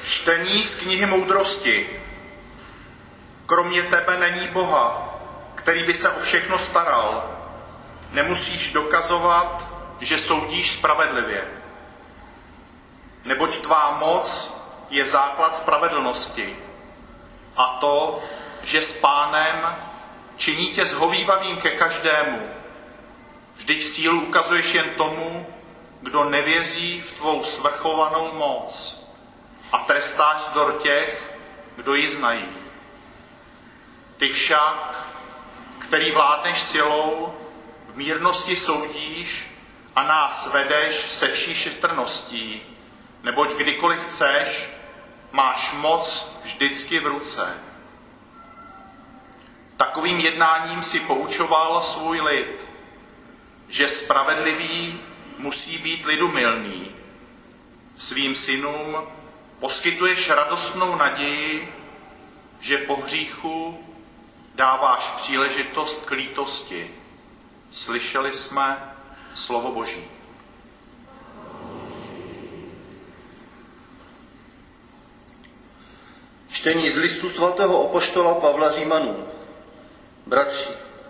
Čtení z knihy Moudrosti. Kromě tebe není Boha, který by se o všechno staral. Nemusíš dokazovat, že soudíš spravedlivě. Neboť tvá moc je základ spravedlnosti. A to, že s Pánem činí tě zhovívavým ke každému. Vždyť sílu ukazuješ jen tomu, kdo nevěří v tvou svrchovanou moc, a trestáš vzdor těch, kdo ji znají. Ty však, který vládneš silou, v mírnosti soudíš a nás vedeš se vší šetrností, neboť kdykoliv chceš, máš moc vždycky v ruce. Takovým jednáním si poučoval svůj lid, že spravedlivý musí být lidumilný. Svým synům poskytuješ radostnou naději, že po hříchu dáváš příležitost k lítosti. Slyšeli jsme slovo Boží. Čtení z listu svatého apoštola Pavla Římanům. Bratři,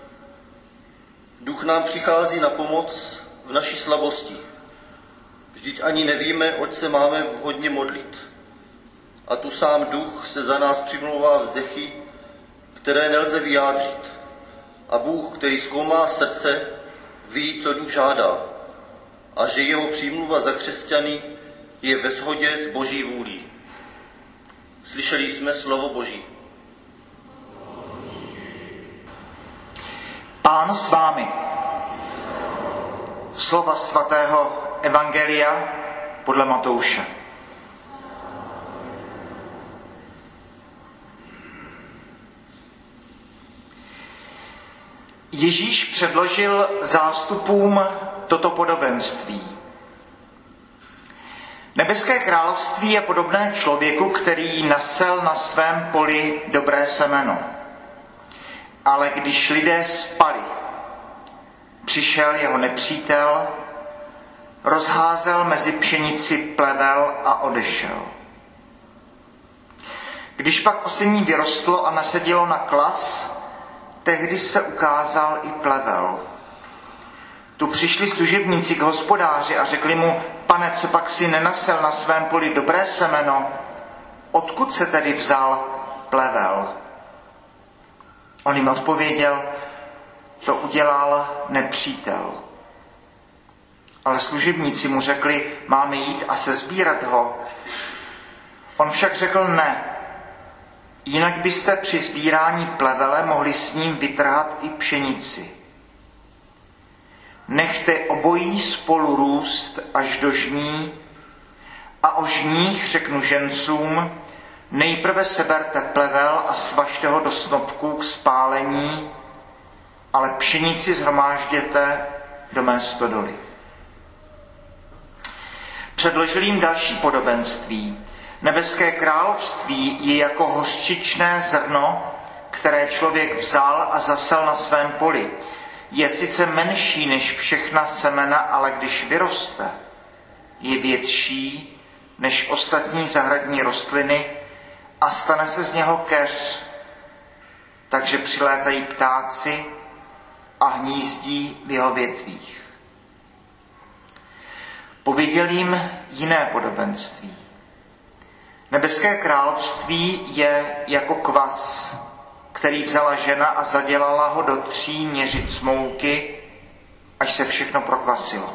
Duch nám přichází na pomoc v naší slabosti. Vždyť ani nevíme, oč se máme vhodně modlit. A tu sám Duch se za nás přimlouvá vzdechy, které nelze vyjádřit. A Bůh, který zkoumá srdce, ví, co Duch žádá. A že jeho přímluva za křesťany je ve shodě s Boží vůlí. Slyšeli jsme slovo Boží. Pán s vámi. Slova svatého Evangelia podle Matouše. Ježíš předložil zástupům toto podobenství. Nebeské království je podobné člověku, který nasel na svém poli dobré semeno. Ale když lidé spali, přišel jeho nepřítel, rozházel mezi pšenici plevel a odešel. Když pak osení vyrostlo a nasedilo na klas, tehdy se ukázal i plevel. Tu přišli služebníci k hospodáři a řekli mu: Pane, co pak si nenasel na svém poli dobré semeno? Odkud se tedy vzal plevel? On jim odpověděl: To udělal nepřítel. Ale služebníci mu řekli: Máme jít a sesbírat ho. On však řekl: Ne. Jinak byste při sbírání plevele mohli s ním vytrhat i pšenici. Nechte obojí spolu růst až do žní, a o žních řeknu žencům: Nejprve seberte plevel a svažte ho do snopků k spálení, ale pšenici shromážděte do mé stodoly. Předložil jim další podobenství. Nebeské království je jako hořčičné zrno, které člověk vzal a zasel na svém poli. Je sice menší než všechna semena, ale když vyroste, je větší než ostatní zahradní rostliny a stane se z něho keř. Takže přilétají ptáci a hnízdí v jeho větvích. Pověděl jim jiné podobenství. Nebeské království je jako kvas, který vzala žena a zadělala ho do 3 měřic mouky, až se všechno prokvasilo.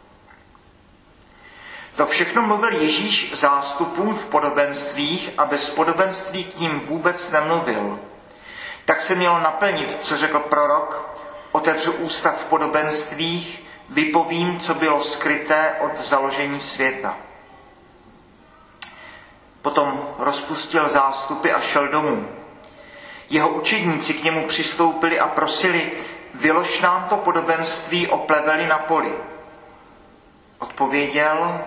To všechno mluvil Ježíš zástupům v podobenstvích a bez podobenství k ním vůbec nemluvil. Tak se mělo naplnit, co řekl prorok: Otevřu ústa v podobenstvích, vypovím, co bylo skryté od založení světa. Potom rozpustil zástupy a šel domů. Jeho učedníci k němu přistoupili a prosili: Vylož nám to podobenství o pleveli na poli. Odpověděl: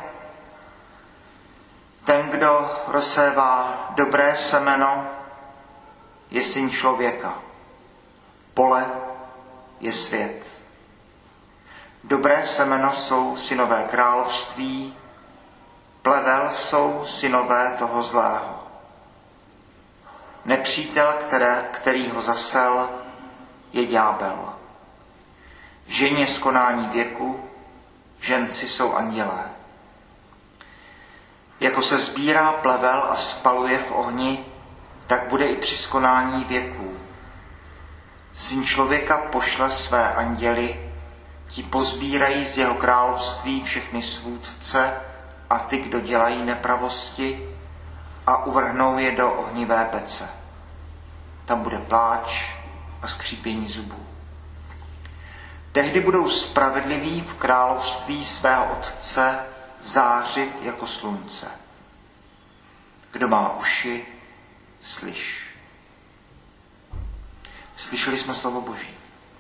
Ten, kdo rozsévá dobré semeno, je syn člověka. Pole je svět. Dobré semeno jsou synové království Plevel jsou synové toho zlého. Nepřítel, který ho zasel, je ďábel. Ženě z konání věku, ženci jsou andělé. Jako se sbírá plevel a spaluje v ohni, tak bude i při skonání věků. Syn člověka pošle své anděly, ti pozbírají z jeho království všechny svůdce a ty, kdo dělají nepravosti, a uvrhnou je do ohnivé pece. Tam bude pláč a skřípění zubů. Tehdy budou spravedliví v království svého Otce zářit jako slunce. Kdo má uši, slyš. Slyšeli jsme slovo Boží.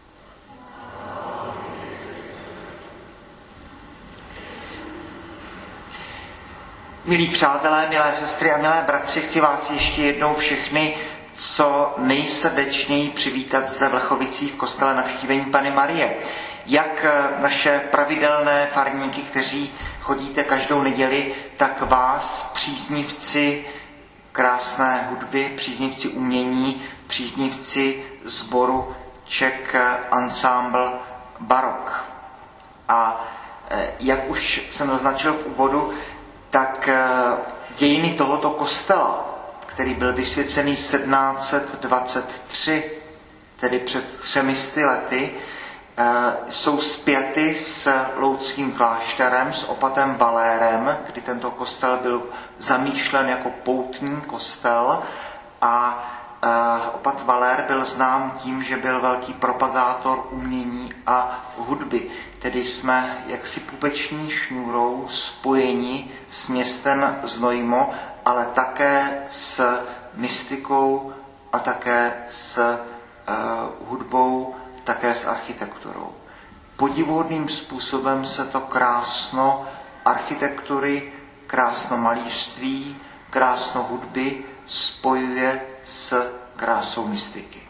Milí přátelé, milé sestry a milé bratři, chci vás ještě jednou všechny co nejsrdečněji přivítat zde v Lechovicích v kostele Navštívení Panny Marie. Jak naše pravidelné farníky, kteří chodíte každou neděli, tak vás, příznivci krásné hudby, příznivci umění, příznivci sboru Czech Ensemble Barok. A jak už jsem naznačil v úvodu, tak dějiny tohoto kostela, který byl vysvěcený 1723, tedy před 300 lety, jsou spjaty s loudským klášterem, s opatem Valérem, kdy tento kostel byl zamýšlen jako poutní kostel a opat Valér byl znám tím, že byl velký propagátor umění a hudby. Tedy jsme jaksi pupeční šňůrou spojeni s městem Znojmo, ale také s mystikou a také s hudbou, také s architekturou. Podivuhodným způsobem se to krásno architektury, krásno malířství, krásno hudby spojuje s krásou mystiky.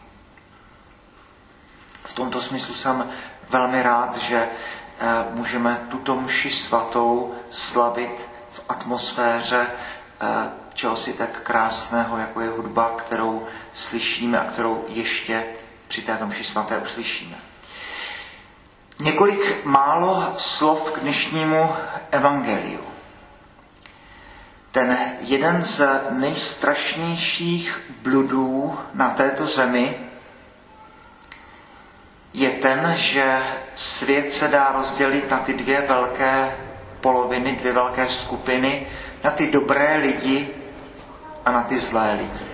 V tomto smyslu jsem velmi rád, že můžeme tuto mši svatou slavit v atmosféře čehosi tak krásného, jako je hudba, kterou slyšíme a kterou ještě při této mši svaté uslyšíme. Několik málo slov k dnešnímu evangeliu. Ten jeden z nejstrašnějších bludů na této zemi je ten, že svět se dá rozdělit na ty dvě velké poloviny, dvě velké skupiny, na ty dobré lidi a na ty zlé lidi.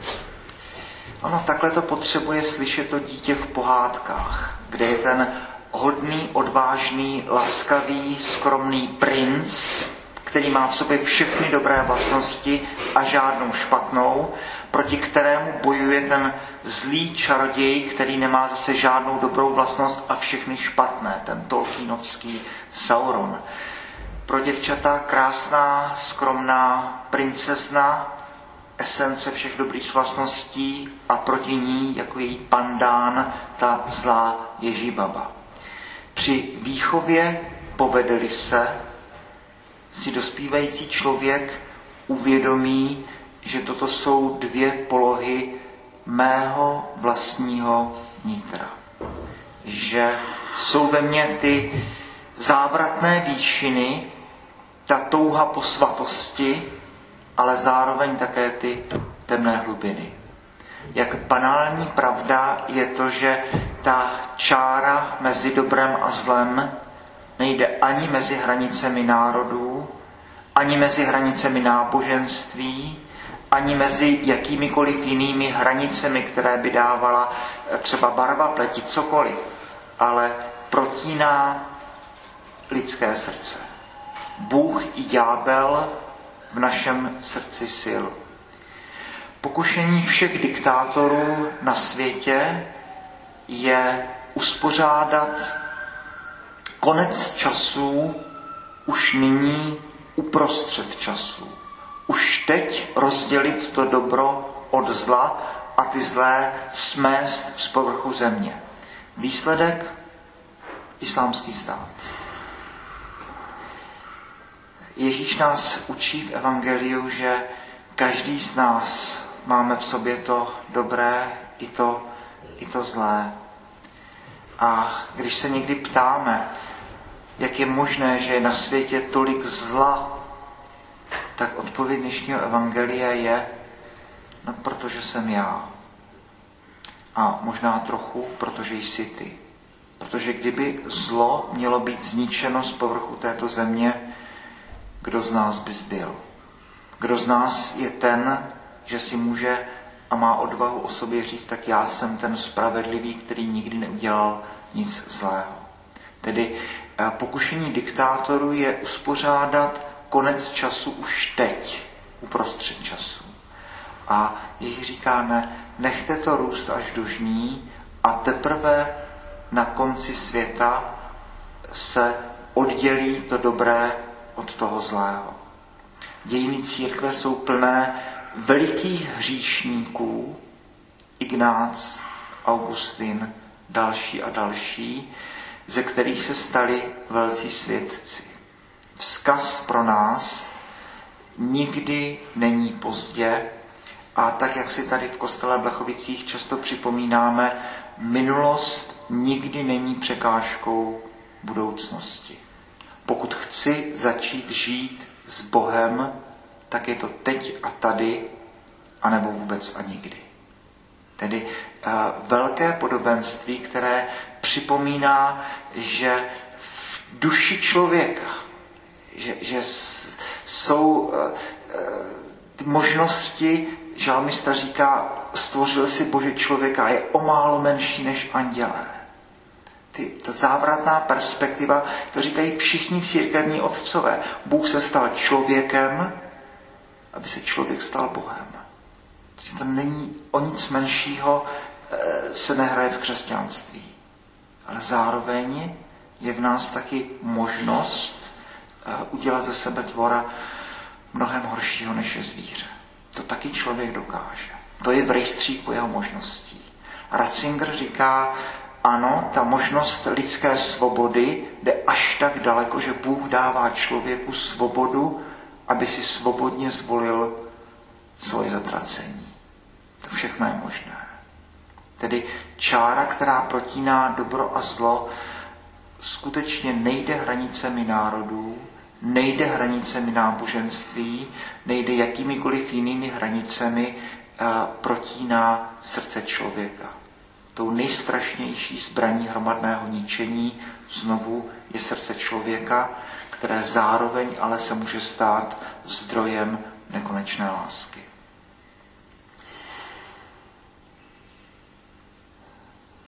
Ono takhle to potřebuje slyšet to dítě v pohádkách, kde je ten hodný, odvážný, laskavý, skromný princ, který má v sobě všechny dobré vlastnosti a žádnou špatnou, proti kterému bojuje ten zlý čaroděj, který nemá zase žádnou dobrou vlastnost a všechny špatné, ten tolkienovský Sauron. Pro děvčata krásná, skromná princezna, esence všech dobrých vlastností a proti ní, jako její pandán, ta zlá Ježíbaba. Při výchově povedeli se, si dospívající člověk uvědomí, že toto jsou dvě polohy mého vlastního nitra. Že jsou ve mně ty závratné výšiny, ta touha po svatosti, ale zároveň také ty temné hlubiny. Jak banální pravda je to, že ta čára mezi dobrem a zlem nejde ani mezi hranicemi národů, ani mezi hranicemi náboženství, ani mezi jakýmikoliv jinými hranicemi, které by dávala třeba barva pleti, cokoliv, ale protíná lidské srdce. Bůh i ďábel v našem srdci sil. Pokušení všech diktátorů na světě je uspořádat konec časů už nyní uprostřed časů. Už teď rozdělit to dobro od zla a ty zlé smést z povrchu země. Výsledek? Islámský stát. Ježíš nás učí v evangeliu, že každý z nás máme v sobě to dobré i to zlé. A když se někdy ptáme, jak je možné, že je na světě tolik zla, tak odpověď dnešního evangelia je, no protože jsem já. A možná trochu, protože jsi ty. Protože kdyby zlo mělo být zničeno z povrchu této země, kdo z nás by zbyl? Kdo z nás je ten, že si může a má odvahu o sobě říct, tak já jsem ten spravedlivý, který nikdy neudělal nic zlého. Tedy pokušení diktátorů je uspořádat konec času už teď, uprostřed času. A Ježíš říká, ne, nechte to růst až do žní a teprve na konci světa se oddělí to dobré od toho zlého. Dějiny církve jsou plné velikých hříšníků, Ignác, Augustin, další a další, ze kterých se stali velcí svědci. Vzkaz pro nás: nikdy není pozdě, a tak, jak si tady v kostele v Blechovicích často připomínáme, minulost nikdy není překážkou budoucnosti. Pokud chci začít žít s Bohem, tak je to teď a tady, anebo vůbec a nikdy. Tedy velké podobenství, které připomíná, že v duši člověka, že jsou ty možnosti, žalmista říká, stvořil si Bože člověka, je o málo menší než andělé. Ta závratná perspektiva, to říkají všichni církevní otcové. Bůh se stal člověkem, aby se člověk stal Bohem. To není o nic menšího, se nehraje v křesťanství. Ale zároveň je v nás taky možnost udělat ze sebe tvora mnohem horšího, než je zvíře. To taky člověk dokáže. To je v rejstříku jeho možností. Ratzinger říká, ano, ta možnost lidské svobody jde až tak daleko, že Bůh dává člověku svobodu, aby si svobodně zvolil svoje zatracení. To všechno je možné. Tedy čára, která protíná dobro a zlo, skutečně nejde hranicemi národů, nejde hranicemi náboženství, nejde jakýmikoliv jinými hranicemi, protíná srdce člověka. Tou nejstrašnější zbraní hromadného ničení znovu je srdce člověka, které zároveň ale se může stát zdrojem nekonečné lásky.